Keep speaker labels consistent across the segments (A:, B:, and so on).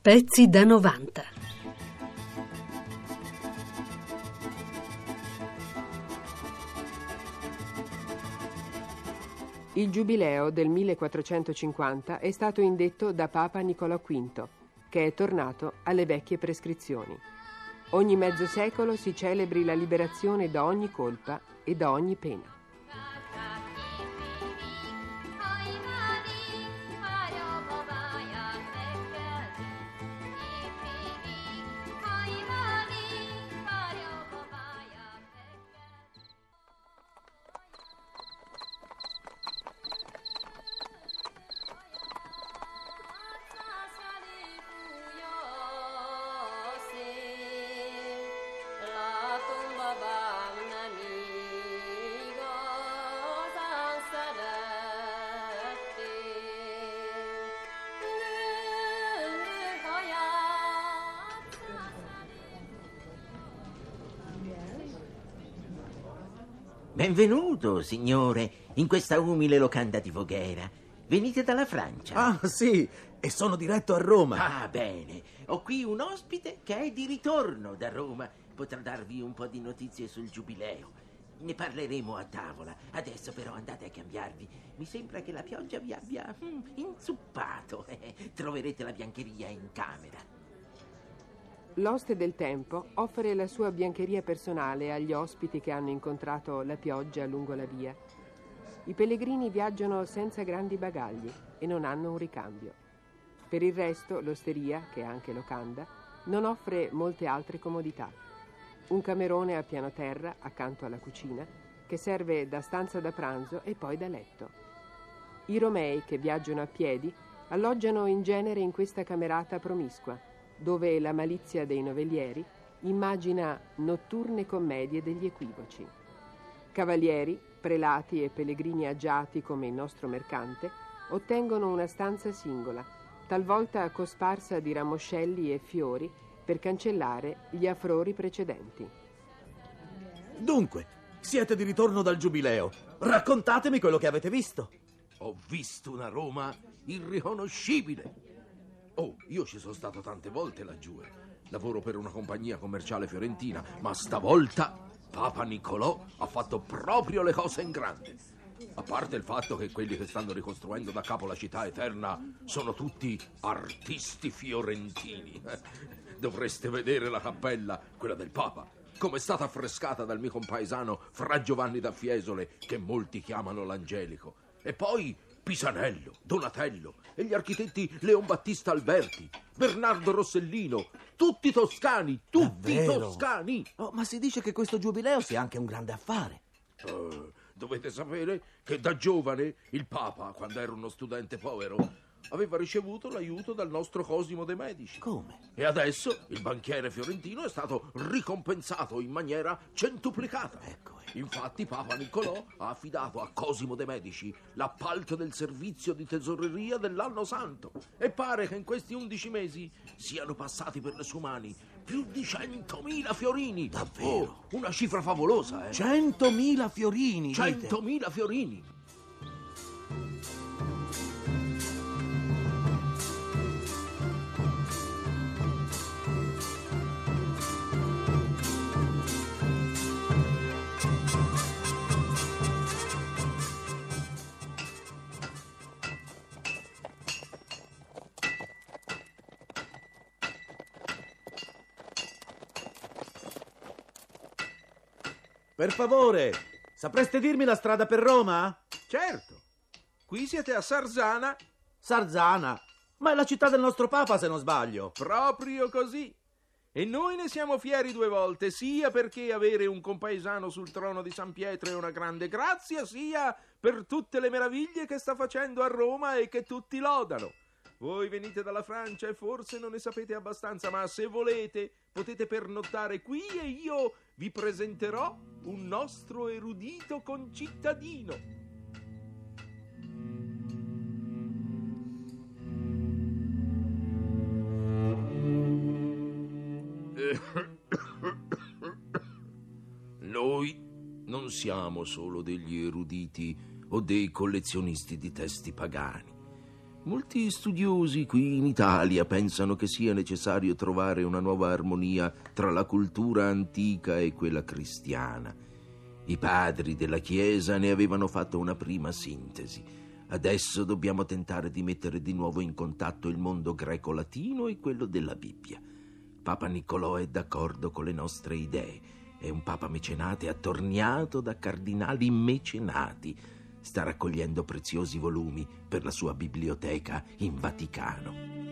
A: Pezzi da 90.
B: Il Giubileo del 1450 è stato indetto da Papa Nicolò V, che è tornato alle vecchie prescrizioni. Ogni mezzo secolo si celebri la liberazione da ogni colpa e da ogni pena.
C: Benvenuto, signore, in questa umile locanda di Voghera. Venite dalla Francia?
D: Ah, sì, e sono diretto a Roma.
C: Ah, bene. Ho qui un ospite che è di ritorno da Roma. Potrà darvi un po' di notizie sul Giubileo. Ne parleremo a tavola. Adesso però andate a cambiarvi. Mi sembra che la pioggia vi abbia inzuppato. Troverete la biancheria in camera.
B: L'oste del tempo offre la sua biancheria personale agli ospiti che hanno incontrato la pioggia lungo la via. I pellegrini viaggiano senza grandi bagagli e non hanno un ricambio. Per il resto, l'osteria, che è anche locanda, non offre molte altre comodità. Un camerone a piano terra, accanto alla cucina, che serve da stanza da pranzo e poi da letto. I romei, che viaggiano a piedi, alloggiano in genere in questa camerata promiscua, dove la malizia dei novellieri immagina notturne commedie degli equivoci. Cavalieri, prelati e pellegrini agiati come il nostro mercante ottengono una stanza singola, talvolta cosparsa di ramoscelli e fiori per cancellare gli affrori precedenti.
D: Dunque, siete di ritorno dal Giubileo. Raccontatemi quello che avete visto.
E: Ho visto una Roma irriconoscibile. Oh, io ci sono stato tante volte laggiù. Lavoro per una compagnia commerciale fiorentina, ma stavolta Papa Nicolò ha fatto proprio le cose in grande. A parte il fatto che quelli che stanno ricostruendo da capo la città eterna sono tutti artisti fiorentini. Dovreste vedere la cappella, quella del Papa, come è stata affrescata dal mio compaesano Fra Giovanni da Fiesole, che molti chiamano l'Angelico. E poi Pisanello, Donatello e gli architetti Leon Battista Alberti, Bernardo Rossellino, tutti toscani, tutti
D: Davvero?
E: toscani.
D: Oh, ma si dice che questo Giubileo sia anche un grande affare.
E: Dovete sapere che da giovane il Papa, quando era uno studente povero, aveva ricevuto l'aiuto dal nostro Cosimo de' Medici.
D: Come?
E: E adesso il banchiere fiorentino è stato ricompensato in maniera centuplicata.
D: Ecco.
E: Infatti Papa Nicolò ha affidato a Cosimo de' Medici l'appalto del servizio di tesoreria dell'anno santo. E pare che in questi 11 mesi siano passati per le sue mani più di 100.000 fiorini.
D: Davvero?
E: Oh, una cifra favolosa,
D: 100.000 fiorini, dite?
E: 100.000 fiorini.
D: Per favore, sapreste dirmi la strada per Roma?
E: Certo, qui siete a Sarzana.
D: Sarzana. Ma è la città del nostro Papa, se non sbaglio.
E: Proprio così. E noi ne siamo fieri 2 volte, sia perché avere un compaesano sul trono di San Pietro è una grande grazia, sia per tutte le meraviglie che sta facendo a Roma e che tutti lodano. Voi venite dalla Francia e forse non ne sapete abbastanza, ma se volete potete pernottare qui e io vi presenterò un nostro erudito concittadino. Noi non siamo solo degli eruditi o dei collezionisti di testi pagani. Molti studiosi qui in Italia pensano che sia necessario trovare una nuova armonia tra la cultura antica e quella cristiana. I padri della Chiesa ne avevano fatto una prima sintesi. Adesso dobbiamo tentare di mettere di nuovo in contatto il mondo greco-latino e quello della Bibbia. Papa Niccolò è d'accordo con le nostre idee. È un papa mecenate attorniato da cardinali mecenati. Sta raccogliendo preziosi volumi per la sua biblioteca in Vaticano.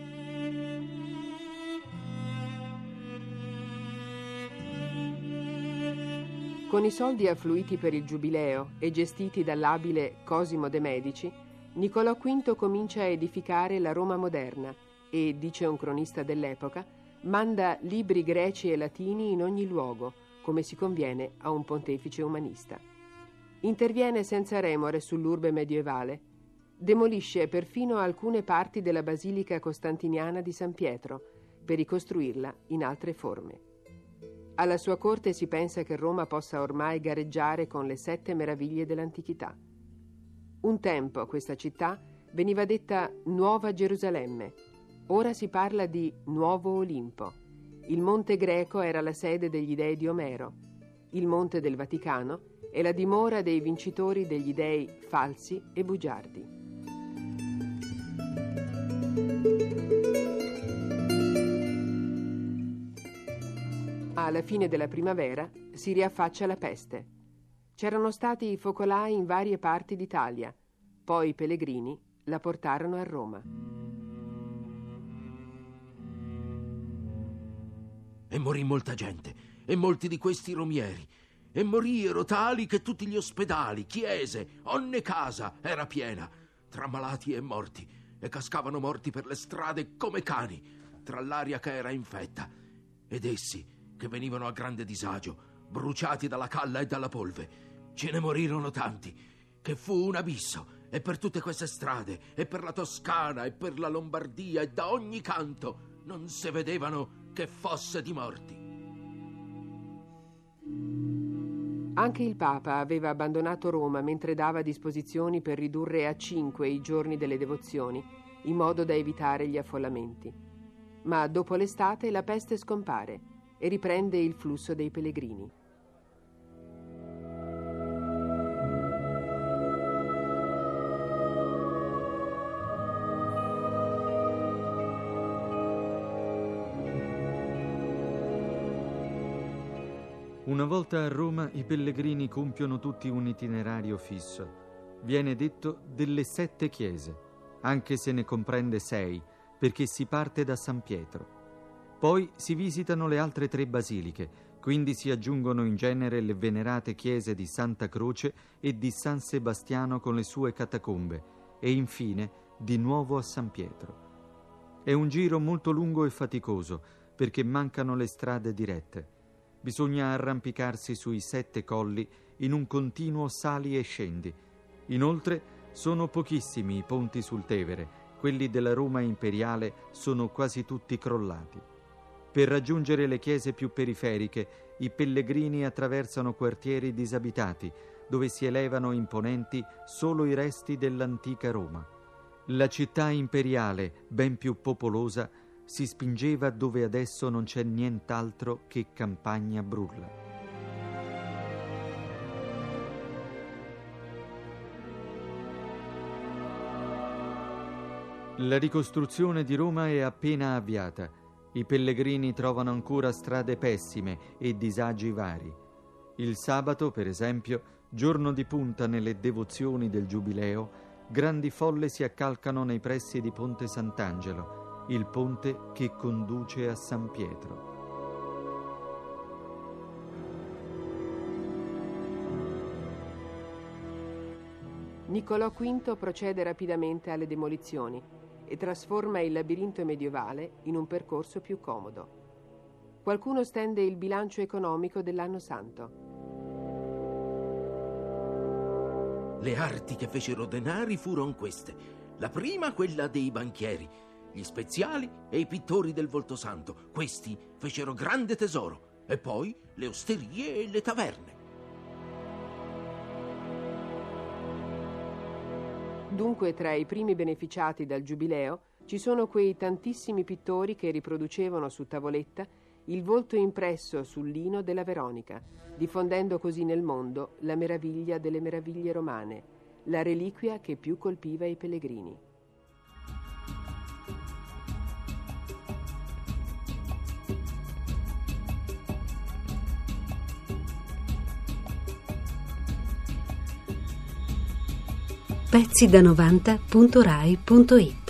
B: Con i soldi affluiti per il Giubileo e gestiti dall'abile Cosimo de' Medici, Niccolò V comincia a edificare la Roma moderna e, dice un cronista dell'epoca, manda libri greci e latini in ogni luogo, come si conviene a un pontefice umanista. Interviene senza remore sull'urbe medievale, demolisce perfino alcune parti della Basilica Costantiniana di San Pietro per ricostruirla in altre forme. Alla sua corte si pensa che Roma possa ormai gareggiare con le 7 meraviglie dell'antichità. Un tempo questa città veniva detta Nuova Gerusalemme, ora si parla di Nuovo Olimpo. Il Monte Greco era la sede degli dei di Omero, il Monte del Vaticano è la dimora dei vincitori degli dei falsi e bugiardi. Alla fine della primavera si riaffaccia la peste. C'erano stati i focolai in varie parti d'Italia, poi i pellegrini la portarono a Roma.
E: E morì molta gente, e molti di questi romieri. E moriero tali che tutti gli ospedali, chiese, ogni casa era piena, tra malati e morti, e cascavano morti per le strade come cani, tra l'aria che era infetta. Ed essi, che venivano a grande disagio, bruciati dalla calla e dalla polve, ce ne morirono tanti, che fu un abisso, e per tutte queste strade, e per la Toscana, e per la Lombardia, e da ogni canto, non se vedevano che fosse di morti.
B: Anche il Papa aveva abbandonato Roma mentre dava disposizioni per ridurre a 5 i giorni delle devozioni, in modo da evitare gli affollamenti. Ma dopo l'estate la peste scompare e riprende il flusso dei pellegrini.
A: Una volta a Roma i pellegrini compiono tutti un itinerario fisso. Viene detto delle 7 chiese, anche se ne comprende 6, perché si parte da San Pietro. Poi si visitano le altre 3 basiliche, quindi si aggiungono in genere le venerate chiese di Santa Croce e di San Sebastiano con le sue catacombe, e infine di nuovo a San Pietro. È un giro molto lungo e faticoso, perché mancano le strade dirette. Bisogna arrampicarsi sui 7 colli in un continuo sali e scendi. Inoltre sono pochissimi i ponti sul Tevere, quelli della Roma imperiale sono quasi tutti crollati. Per raggiungere le chiese più periferiche, i pellegrini attraversano quartieri disabitati, dove si elevano imponenti solo i resti dell'antica Roma. La città imperiale, ben più popolosa, si spingeva dove adesso non c'è nient'altro che campagna brulla. La ricostruzione di Roma è appena avviata. I pellegrini trovano ancora strade pessime e disagi vari. Il sabato, per esempio, giorno di punta nelle devozioni del Giubileo, grandi folle si accalcano nei pressi di Ponte Sant'Angelo, il ponte che conduce a San Pietro.
B: Niccolò V procede rapidamente alle demolizioni e trasforma il labirinto medievale in un percorso più comodo. Qualcuno stende il bilancio economico dell'anno santo.
E: Le arti che fecero denari furono queste. La prima, quella dei banchieri, gli speziali e i pittori del Voltosanto. Questi fecero grande tesoro. E poi le osterie e le taverne.
B: Dunque, tra i primi beneficiati dal Giubileo ci sono quei tantissimi pittori che riproducevano su tavoletta il volto impresso sul lino della Veronica, diffondendo così nel mondo la meraviglia delle meraviglie romane, la reliquia che più colpiva i pellegrini.
F: Pezzi da 90.rai.it